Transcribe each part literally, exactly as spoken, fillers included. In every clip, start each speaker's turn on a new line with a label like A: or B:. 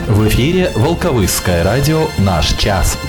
A: В эфире Волковысское радио «Наш час».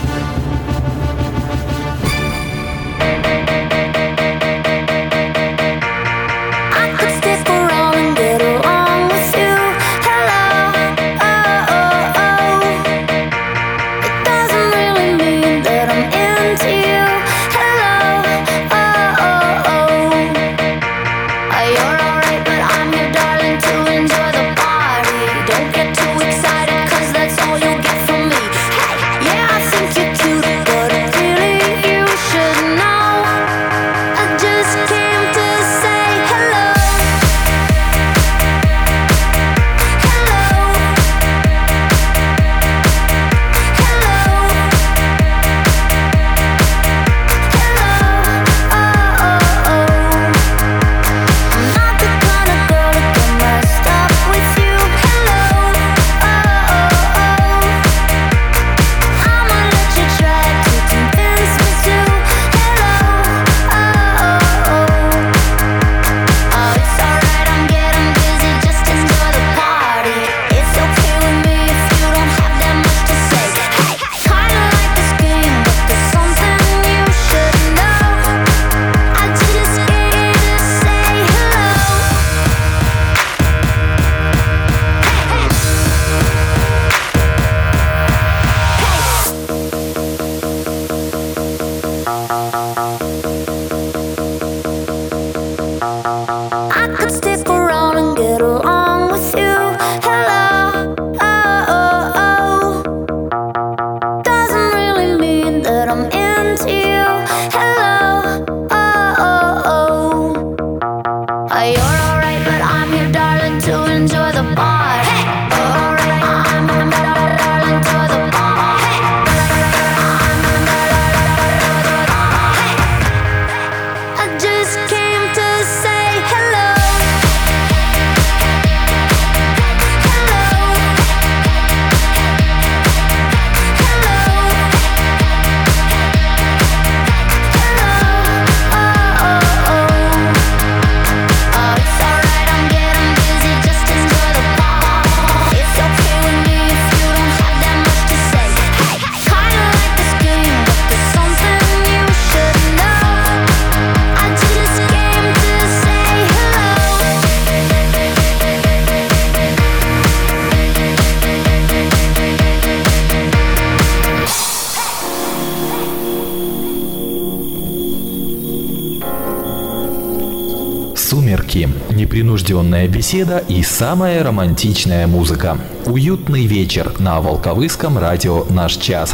A: Сумерки, непринужденная беседа и самая романтичная музыка. Уютный вечер на Волковысском радио «Наш час».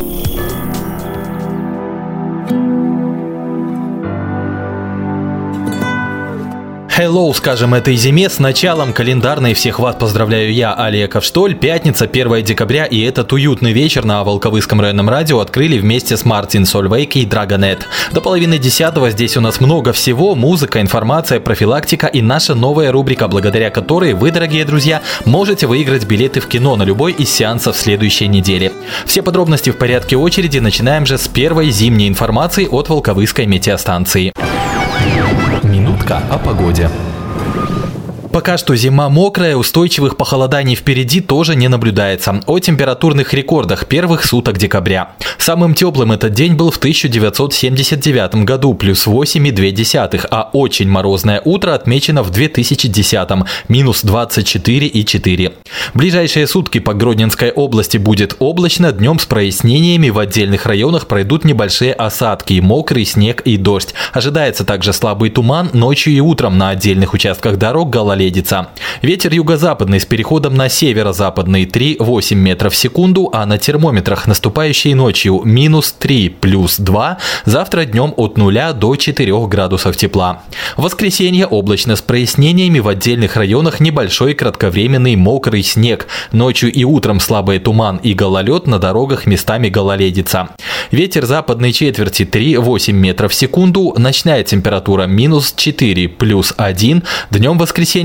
B: Hello, скажем, этой зиме с началом календарной. Всех вас поздравляю я, Алия Ковштоль. Пятница, первое декабря, и этот уютный вечер на Волковысском районном радио открыли вместе с Мартин Сольвейк и Драгонет. До половины десятого здесь у нас много всего: музыка, информация, профилактика и наша новая рубрика, благодаря которой вы, дорогие друзья, можете выиграть билеты в кино на любой из сеансов следующей недели. Все подробности в порядке очереди. Начинаем же с первой зимней информации от Волковысской метеостанции.
A: Минутка о погоде.
B: Пока что зима мокрая, устойчивых похолоданий впереди тоже не наблюдается. О температурных рекордах первых суток декабря. Самым теплым этот день был в тысяча девятьсот семьдесят девятом году, плюс восемь целых две десятых, а очень морозное утро отмечено в две тысячи десятом, минус двадцать четыре целых четыре десятых. Ближайшие сутки по Гродненской области будет облачно, днем с прояснениями, в отдельных районах пройдут небольшие осадки, мокрый снег и дождь. Ожидается также слабый туман, ночью и утром на отдельных участках дорог гололедица. Ветер юго-западный с переходом на северо-западный три целых восемь десятых метров в секунду, а на термометрах наступающей ночью минус три, плюс два, завтра днем от нуля до четырёх градусов тепла. В воскресенье облачно с прояснениями, в отдельных районах небольшой кратковременный мокрый снег. Ночью и утром слабый туман и гололед, на дорогах местами гололедица. Ветер западной четверти три целых восемь десятых метров в секунду, ночная температура минус четыре, плюс один, днем воскресенья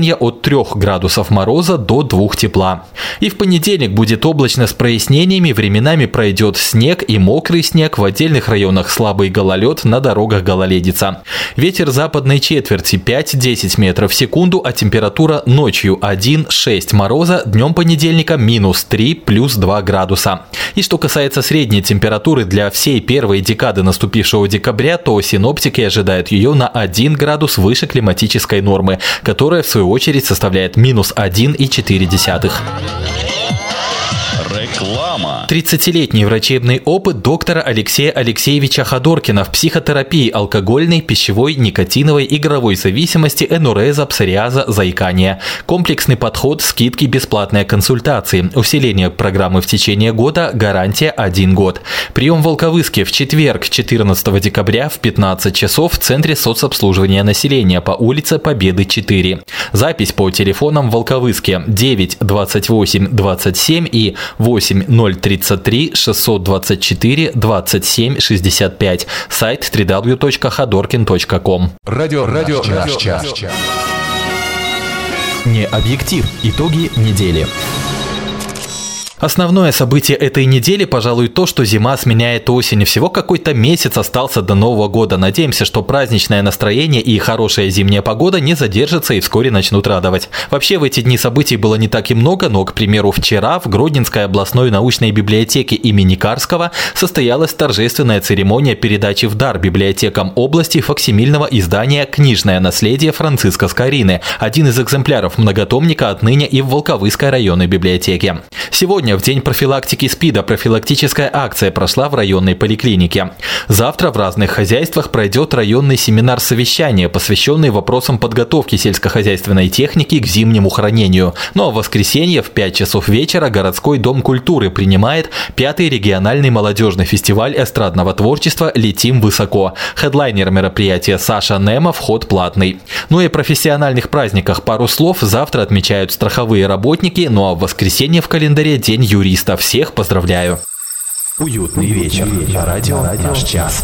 B: ощущения от трёх градусов мороза до двух тепла. И в понедельник будет облачно с прояснениями, временами пройдет снег и мокрый снег, в отдельных районах слабый гололед, на дорогах гололедица. Ветер западной четверти пять-десять метров в секунду, а температура ночью один-шесть мороза, днем понедельника минус три плюс два градуса. И что касается средней температуры для всей первой декады наступившего декабря, то синоптики ожидают ее на один градус выше климатической нормы, которая в свою очередь составляет минус один и четыре десятых.
C: Реклама.
B: тридцатилетний врачебный опыт доктора Алексея Алексеевича Ходоркина в психотерапии алкогольной, пищевой, никотиновой, игровой зависимости, энуреза, псориаза, заикания. Комплексный подход, скидки, бесплатные консультации. Усиление программы в течение года, гарантия один год. Прием в Волковыске в четверг, четырнадцатого декабря в пятнадцать часов в Центре соцобслуживания населения по улице Победы четыре. Запись по телефонам в Волковыске девять двадцать восемь двадцать семь и восемь ноль тридцать три шестьсот двадцать четыре двадцать семь шестьдесят пять. Сайт дабл ю дабл ю дабл ю точка ходоркин точка ком.
A: Радио, радио, наш час. Не объектив. Итоги недели.
B: Основное событие этой недели, пожалуй, то, что зима сменяет осень. Всего какой-то месяц остался до Нового года. Надеемся, что праздничное настроение и хорошая зимняя погода не задержатся и вскоре начнут радовать. Вообще, в эти дни событий было не так и много, но, к примеру, вчера в Гродненской областной научной библиотеке имени Карского состоялась торжественная церемония передачи в дар библиотекам области факсимильного издания «Книжное наследие» Франциска Скорины. Один из экземпляров многотомника отныне и в Волковыской районной библиотеке. Сегодня, в день профилактики СПИДа, профилактическая акция прошла в районной поликлинике. Завтра в разных хозяйствах пройдет районный семинар-совещание, посвященный вопросам подготовки сельскохозяйственной техники к зимнему хранению. Ну а в воскресенье в пять часов вечера городской дом культуры принимает пятый региональный молодежный фестиваль эстрадного творчества «Летим высоко». Хедлайнер мероприятия Саша Нема, вход платный. Ну и о профессиональных праздниках пару слов. Завтра отмечают страховые работники, ну а в воскресенье в календаре день юриста. Всех поздравляю.
A: Уютный вечер. На радио «Наш час».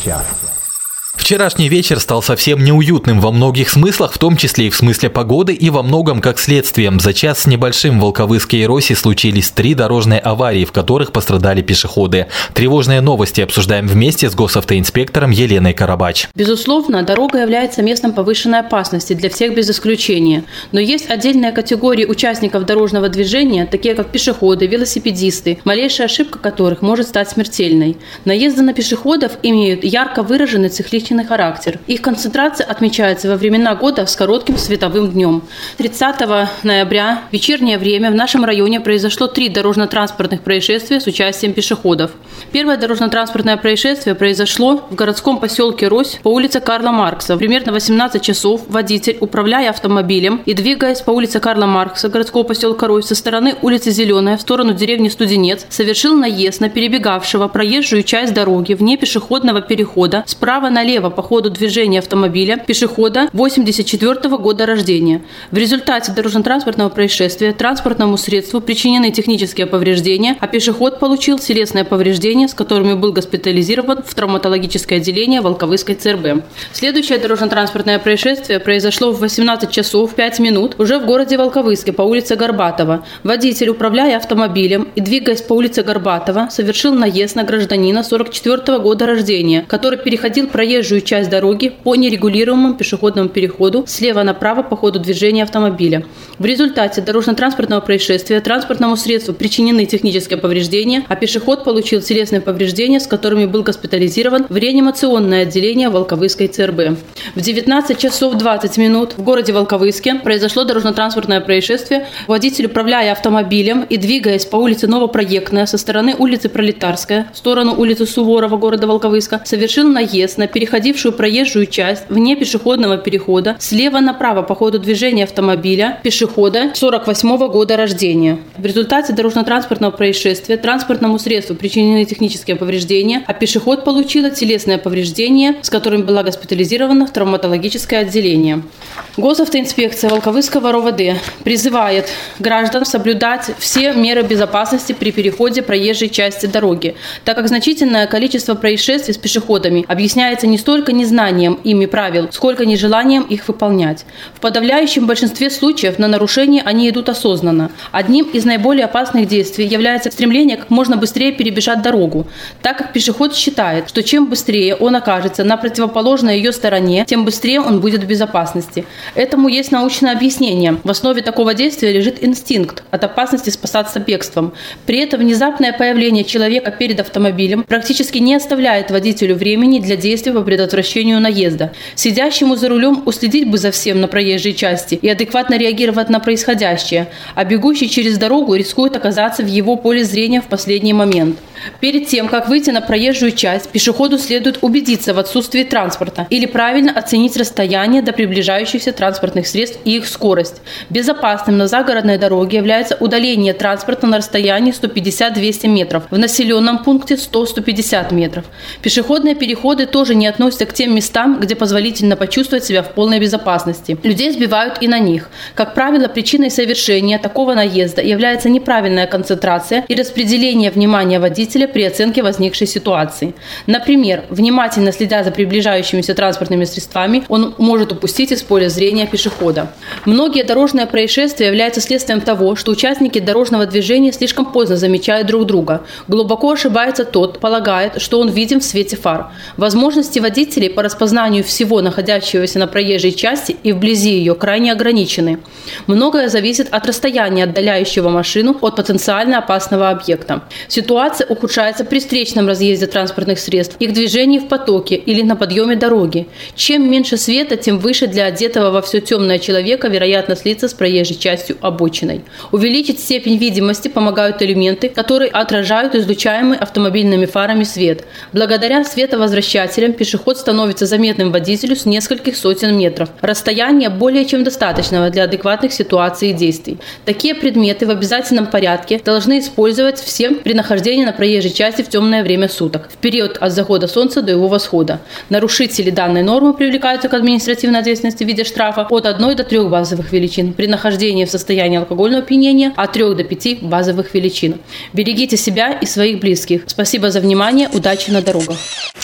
B: Вчерашний вечер стал совсем неуютным во многих смыслах, в том числе и в смысле погоды, и во многом как следствием. За час с небольшим в Волковыске и Росе случились три дорожные аварии, в которых пострадали пешеходы. Тревожные новости обсуждаем вместе с госавтоинспектором Еленой Карабач.
D: Безусловно, дорога является местом повышенной опасности для всех без исключения. Но есть отдельные категории участников дорожного движения, такие как пешеходы, велосипедисты, малейшая ошибка которых может стать смертельной. Наезды на пешеходов имеют ярко выраженный цикличный характер. Их концентрация отмечается во времена года с коротким световым днем. тридцатого ноября в вечернее время в нашем районе произошло три дорожно-транспортных происшествия с участием пешеходов. Первое дорожно-транспортное происшествие произошло в городском поселке Рось по улице Карла Маркса. Примерно восемнадцать часов водитель, управляя автомобилем и двигаясь по улице Карла Маркса городского поселка Рось со стороны улицы Зеленая в сторону деревни Студенец, совершил наезд на перебегавшего проезжую часть дороги вне пешеходного перехода справа налево по ходу движения автомобиля пешехода восемьдесят четвёртого года рождения. В результате дорожно-транспортного происшествия транспортному средству причинены технические повреждения, а пешеход получил телесные повреждения, с которыми был госпитализирован в травматологическое отделение Волковыской ЦРБ. Следующее дорожно-транспортное происшествие произошло в восемнадцать часов пять минут уже в городе Волковыске по улице Горбатова. Водитель, управляя автомобилем и двигаясь по улице Горбатова, совершил наезд на гражданина сорок четвёртого года рождения, который переходил проезжую часть дороги по нерегулируемому пешеходному переходу слева направо по ходу движения автомобиля. В результате дорожно-транспортного происшествия транспортному средству причинены технические повреждения, а пешеход получил телесные повреждения, с которыми был госпитализирован в реанимационное отделение Волковыской ЦРБ. В девятнадцать часов двадцать минут в городе Волковыске произошло дорожно-транспортное происшествие. Водитель, управляя автомобилем и двигаясь по улице Новопроектная со стороны улицы Пролетарская в сторону улицы Суворова города Волковыска, совершил наезд на переходившую проезжую часть вне пешеходного перехода слева направо по ходу движения автомобиля пешехода сорок восьмого года рождения. В результате дорожно-транспортного происшествия транспортному средству причинены технические повреждения, а пешеход получил телесное повреждение, с которым была госпитализирована в травматологическое отделение. Госавтоинспекция Волковыского РОВД призывает граждан соблюдать все меры безопасности при переходе проезжей части дороги, так как значительное количество происшествий с пешеходами объясняется не столь столько незнанием ими правил, сколько нежеланием их выполнять. В подавляющем большинстве случаев на нарушение они идут осознанно. Одним из наиболее опасных действий является стремление как можно быстрее перебежать дорогу, так как пешеход считает, что чем быстрее он окажется на противоположной ее стороне, тем быстрее он будет в безопасности. Этому есть научное объяснение. В основе такого действия лежит инстинкт от опасности спасаться бегством. При этом внезапное появление человека перед автомобилем практически не оставляет водителю времени для действий по предотвращению наезда. Сидящему за рулем уследить бы за всем на проезжей части и адекватно реагировать на происходящее, а бегущий через дорогу рискует оказаться в его поле зрения в последний момент. Перед тем, как выйти на проезжую часть, пешеходу следует убедиться в отсутствии транспорта или правильно оценить расстояние до приближающихся транспортных средств и их скорость. Безопасным на загородной дороге является удаление транспорта на расстоянии сто пятьдесят - двести метров, в населенном пункте сто - сто пятьдесят метров. Пешеходные переходы тоже не относятся к тем местам, где позволительно почувствовать себя в полной безопасности. Людей сбивают и на них. Как правило, причиной совершения такого наезда является неправильная концентрация и распределение внимания водителя при оценке возникшей ситуации. Например, внимательно следя за приближающимися транспортными средствами, он может упустить из поля зрения пешехода. Многие дорожные происшествия являются следствием того, что участники дорожного движения слишком поздно замечают друг друга. Глубоко ошибается тот, полагает, что он видим в свете фар. Возможности водителей по распознанию всего находящегося на проезжей части и вблизи ее крайне ограничены. Многое зависит от расстояния, отдаляющего машину от потенциально опасного объекта. Ситуация ухудшается при встречном разъезде транспортных средств, их движении в потоке или на подъеме дороги. Чем меньше света, тем выше для одетого во все темное человека вероятность слиться с проезжей частью обочиной. Увеличить степень видимости помогают элементы, которые отражают излучаемый автомобильными фарами свет. Благодаря световозвращателям пешеход становится заметным водителю с нескольких сотен метров. Расстояние более чем достаточного для адекватных ситуаций и действий. Такие предметы в обязательном порядке должны использовать всем при нахождении на проезжей части в темное время суток, в период от захода солнца до его восхода. Нарушители данной нормы привлекаются к административной ответственности в виде штрафа от одной до трех базовых величин, при нахождении в состоянии алкогольного опьянения от трех до пяти базовых величин. Берегите себя и своих близких. Спасибо за внимание, удачи на дорогах.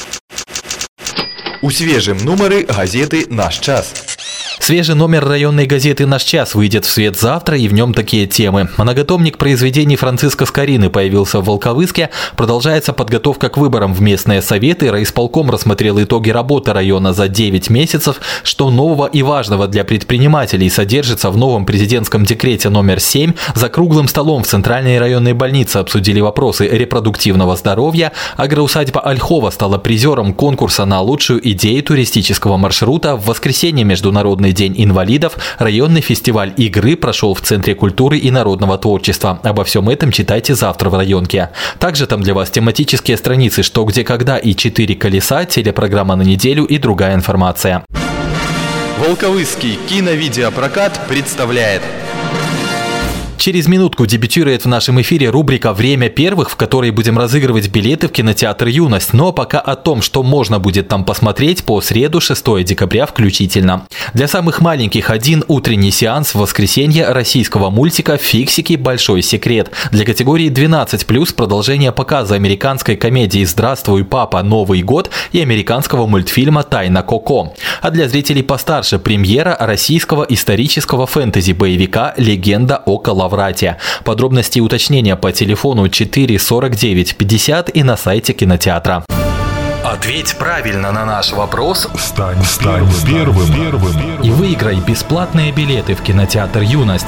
A: У свежем номеры газеты «Наш час».
B: Свежий номер районной газеты «Наш час» выйдет в свет завтра, и в нем такие темы. Многотомник произведений Франциска Скорины появился в Волковыске. Продолжается подготовка к выборам в местные советы. Райисполком рассмотрел итоги работы района за девять месяцев. Что нового и важного для предпринимателей содержится в новом президентском декрете номер семь. За круглым столом в Центральной районной больнице обсудили вопросы репродуктивного здоровья. Агроусадьба Ольхова стала призером конкурса на лучшую идею туристического маршрута. В воскресенье Международный день инвалидов, районный фестиваль игры прошел в Центре культуры и народного творчества. Обо всем этом читайте завтра в районке. Также там для вас тематические страницы «Что, где, когда» и «Четыре колеса», телепрограмма на неделю и другая информация.
A: Волковысский киновидеопрокат представляет.
B: Через минутку дебютирует в нашем эфире рубрика «Время первых», в которой будем разыгрывать билеты в кинотеатр «Юность». Но пока о том, что можно будет там посмотреть по среду, шестого декабря включительно. Для самых маленьких один утренний сеанс в воскресенье российского мультика «Фиксики. Большой секрет». Для категории двенадцать плюс продолжение показа американской комедии «Здравствуй, папа, Новый год» и американского мультфильма «Тайна Коко». А для зрителей постарше премьера российского исторического фэнтези-боевика «Легенда о Коловрате». Подробности и уточнения по телефону четыре сорок девять пятьдесят и на сайте кинотеатра.
A: Ответь правильно на наш вопрос.
C: Стань, стань первым, первым, первым.
B: И выиграй бесплатные билеты в кинотеатр «Юность».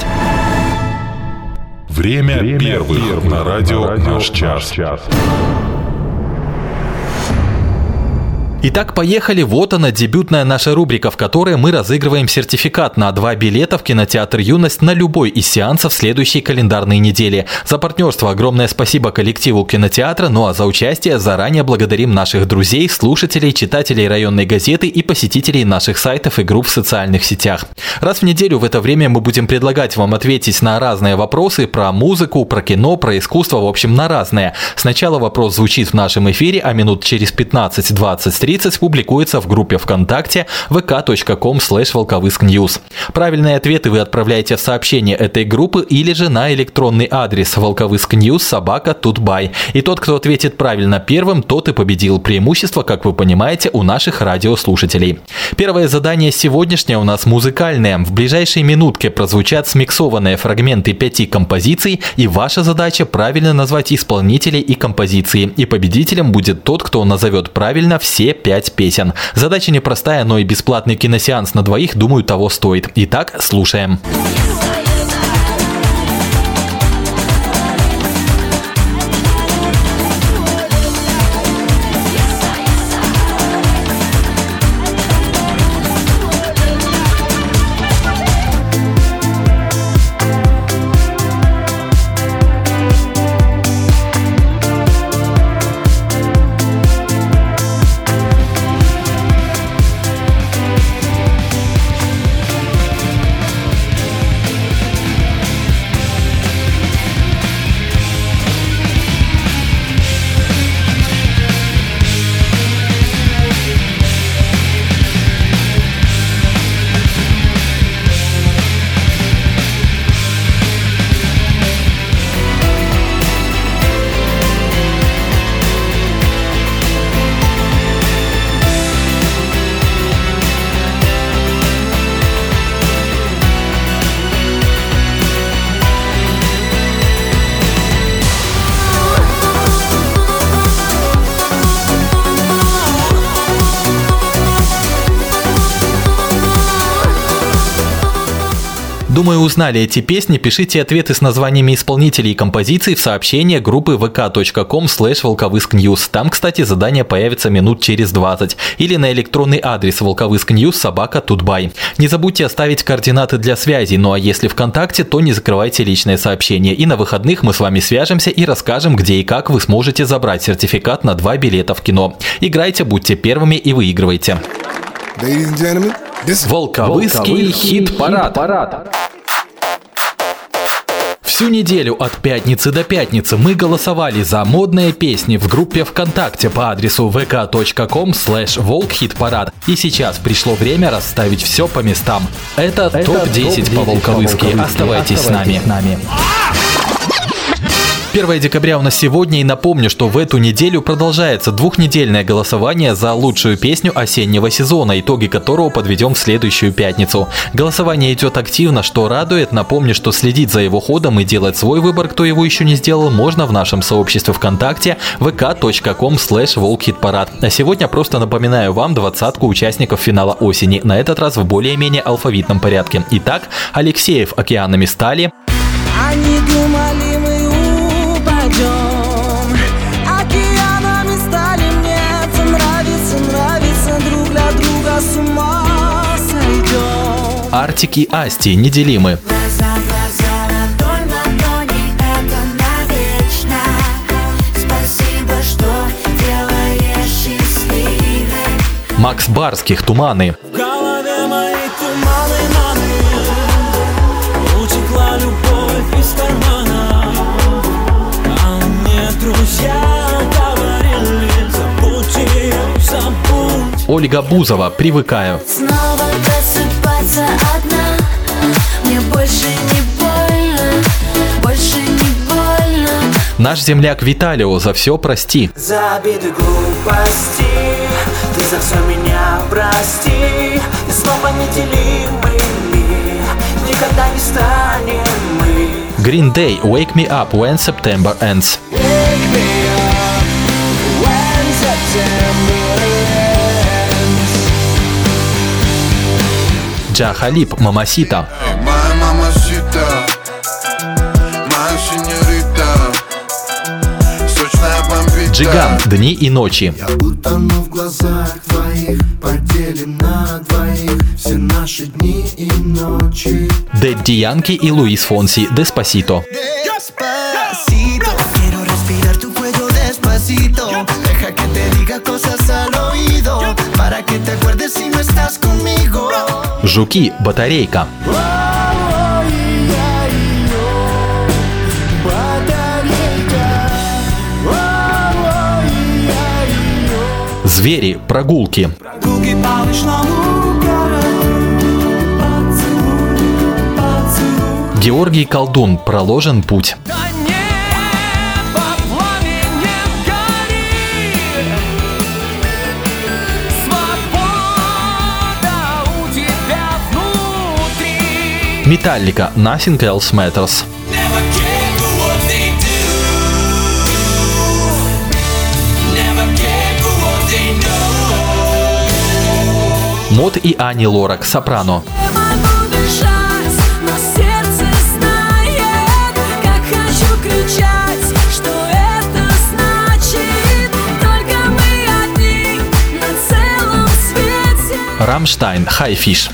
C: Время, Время первых, первых на радио, на радио «Наш час». час.
B: Итак, поехали. Вот она, дебютная наша рубрика, в которой мы разыгрываем сертификат на два билета в кинотеатр «Юность» на любой из сеансов следующей календарной недели. За партнерство огромное спасибо коллективу кинотеатра, ну а за участие заранее благодарим наших друзей, слушателей, читателей районной газеты и посетителей наших сайтов и групп в социальных сетях. Раз в неделю в это время мы будем предлагать вам ответить на разные вопросы про музыку, про кино, про искусство, в общем, на разные. Сначала вопрос звучит в нашем эфире, а минут через пятнадцать-двадцать три тридцать публикуется в группе ВКонтакте вэ ка точка ком слэш волковыскньюз. Правильные ответы вы отправляете в сообщение этой группы или же на электронный адрес волковыскньюз собака тутбай. И тот, кто ответит правильно первым, тот и победил. Преимущество, как вы понимаете, у наших радиослушателей. Первое задание сегодняшнее у нас музыкальное. В ближайшие минутки прозвучат смиксованные фрагменты пяти композиций, и ваша задача правильно назвать исполнителей и композиции. И победителем будет тот, кто назовет правильно все пять песен. Задача непростая, но и бесплатный киносеанс на двоих, думаю, того стоит. Итак, слушаем. Думаю, узнали эти песни. Пишите ответы с названиями исполнителей и композиций в сообщение группы вэ ка точка ком слэш волковыскньюз. Там, кстати, задание появится минут через двадцать. Или на электронный адрес волковыскньюз собака тутбай. Не забудьте оставить координаты для связи. Ну а если ВКонтакте, то не закрывайте личное сообщение. И на выходных мы с вами свяжемся и расскажем, где и как вы сможете забрать сертификат на два билета в кино. Играйте, будьте первыми и выигрывайте. Волковыский хит-парад. Всю неделю от пятницы до пятницы мы голосовали за модные песни в группе ВКонтакте по адресу вэ ка точка ком слэш волкхитпарад. И сейчас пришло время расставить все по местам. Это, Это топ десять по волковыски. Оставайтесь с нами. первое декабря у нас сегодня, и напомню, что в эту неделю продолжается двухнедельное голосование за лучшую песню осеннего сезона, итоги которого подведем в следующую пятницу. Голосование идет активно, что радует. Напомню, что следить за его ходом и делать свой выбор, кто его еще не сделал, можно в нашем сообществе ВКонтакте вэ ка точка ком слэш волкхитпарад. А сегодня просто напоминаю вам двадцатку участников финала осени, на этот раз в более-менее алфавитном порядке. Итак, Алексеев «Океанами стали».
E: Они думали, мы упадем, океанами стали, мне это нравится, нравится, друг для друга с ума сойдем.
B: Артик и Асти «Неделимы».
F: Глаза, глаза, ладонь, ладони, это навечно. Спасибо, что делаешь счастливой.
B: Макс Барских «Туманы».
E: В голове мои туманы, маны, утекла любовь из кармана, а мне друзья говорили, забудь ее, забудь.
B: Ольга Бузова «Привыкаю».
F: Снова просыпаться одна. Мне больше не больно, больше не больно.
B: Наш земляк Виталио «За все прости».
E: За обиды, глупости, ты за все меня прости. И снова неделимый мир, никогда не станем мы.
B: Green Day «Wake me up when September ends».
E: Wake me up when September ends.
B: Джа Халиб «Мамасита».
G: Моя мамасита, моя сеньорита, сочная бомбита.
B: Джиган «Дни и ночи».
H: Утону в глазах твоих, поделим на двоих все наши дни и ночи.
B: Дэдди Янки и Луис Фонси «Деспасито».
H: Despacito, quiero respirar tu cuello despacito. Deja que te diga cosas al oído, para que te acuerdes si no estás conmigo.
B: Жуки «Батарейка». Звери, прогулки.
E: Прогулки по ночному городу, поцелуй, поцелуй.
B: Георгий Колдун, проложен путь.
E: Да небо пламенем гори, свобода у тебя внутри.
B: Металлика, Nothing Else Matters.
E: Never care for what they do. Never care for what they know.
B: Мод и Ани Лорак, Сопрано.
F: Не могу дышать, но сердце знает, как хочу кричать, что это значит. Только мы одни на целом свете.
B: Рамштайн, Хайфиш.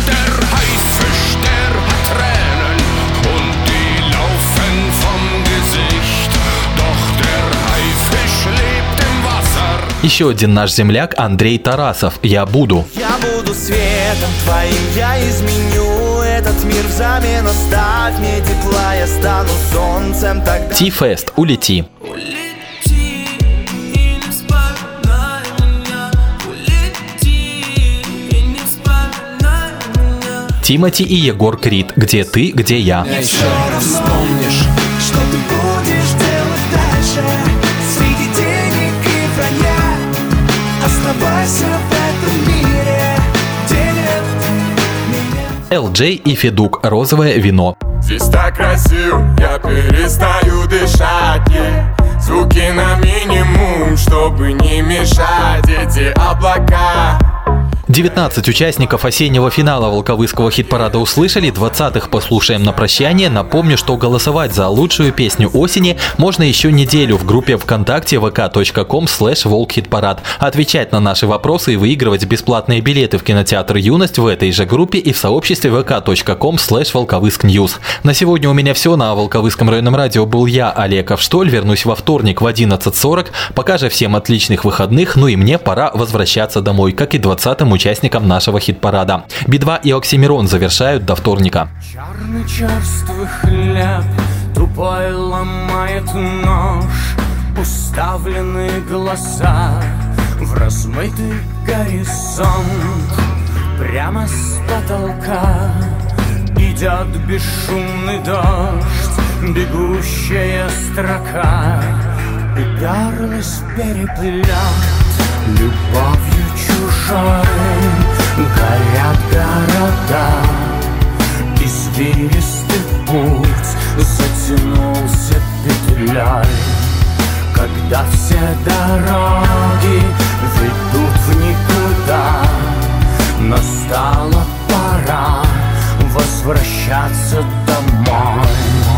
B: Еще один наш земляк Андрей Тарасов, «Я буду».
H: Я буду светом твоим, я изменю этот мир взамен. Оставь мне тепла, я стану солнцем тогда.
B: Ти-фест, улети.
E: Улети и не вспоминай меня. Улети и не вспоминай меня.
B: Тимати и Егор Крид, «Где ты, где я».
H: Еще раз вспомнишь, что ты будешь делать дальше. Среди денег и вранья оставайся в этом мире, где нет меня.
B: эл джей и Федук, «Розовое вино».
I: Здесь так красиво, я перестаю дышать, yeah. Звуки на минимум, чтобы не мешать эти облака.
B: девятнадцать участников осеннего финала Волковыского хит-парада услышали, двадцатых послушаем на прощание. Напомню, что голосовать за лучшую песню осени можно еще неделю в группе ВКонтакте вэ ка точка ком слэш волкхитпарад. Отвечать на наши вопросы и выигрывать бесплатные билеты в кинотеатр «Юность» в этой же группе и в сообществе вэ ка точка ком слэш волковыскньюз. На сегодня у меня все. На Волковыском районном радио был я, Олег Авштоль. Вернусь во вторник в одиннадцать сорок. Пока же всем отличных выходных, ну и мне пора возвращаться домой, как и двадцатым участникам нашего хит-парада. Би два и Оксимирон завершают до вторника.
E: Черный черствый хлеб тупой ломает нож. Уставлены глаза в размытый горизонт. Прямо с потолка идет бесшумный дождь. Бегущая строка уперлась в переплет. Любовью чужой горят города. Извилистый путь затянулся петлей. Когда все дороги ведут в никуда, настала пора возвращаться домой.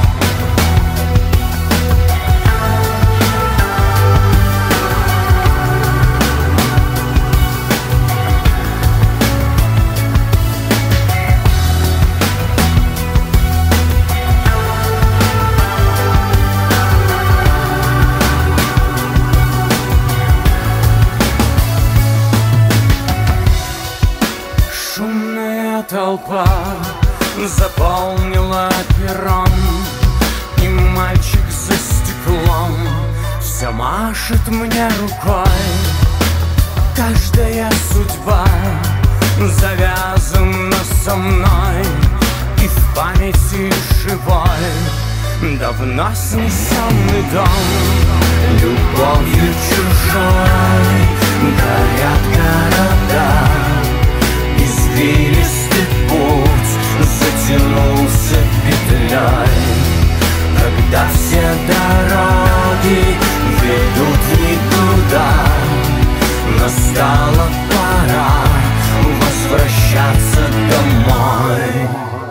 E: Толпа заполнила перрон, и мальчик за стеклом все машет мне рукой. Каждая судьба завязана со мной, и в памяти живой давно снесенный дом. Любовью чужой горят города. Извилистый путь затянулся петлей. Когда все дороги ведут в никуда, настала пора возвращаться домой.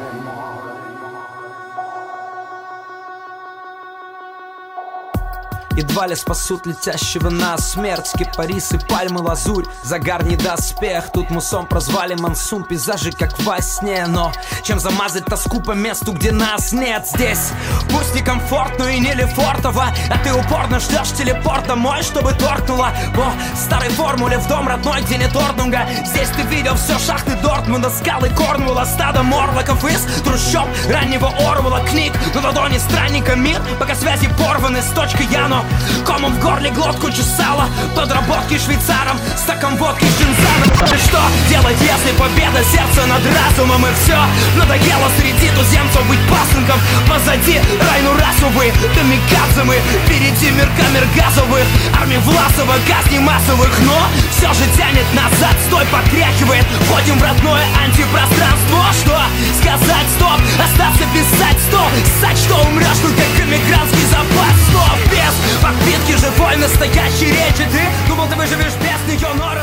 J: Едва ли спасут летящего на смерть кипарисы, пальмы, лазурь, загар не доспех. Тут мусом прозвали монсун, пейзажи как во сне. Но чем замазать тоску по месту, где нас нет? Здесь пусть не комфортно и не лефортово, а ты упорно ждешь телепорт домой, чтобы торкнуло по старой формуле в дом родной, где нет орднунга. Здесь ты видел все шахты Дортмунда, скалы Корнвула, стадо морлоков из трущоб раннего Орвула. Книг на ладони странника мир, пока связи порваны с точкой Я, но Комом в горле глотку чесала, подработки швейцаром, стаком водки с джинсаном. И что делать, если победа сердца над разумом? И все надоело среди туземцев быть пасынком. Позади райну расовые, камикадзе мы, впереди мир камер газовых, армии Власова, казни массовых. Но все же тянет назад, стой, потряхивает. Входим в родное антипространство. Что сказать, стоп, остаться писать, стоп. Ссать, что умрешь, тут как эмигрантский запас. Снова без подпитки живой настоящей речи. Ты думал, ты выживешь без нее, но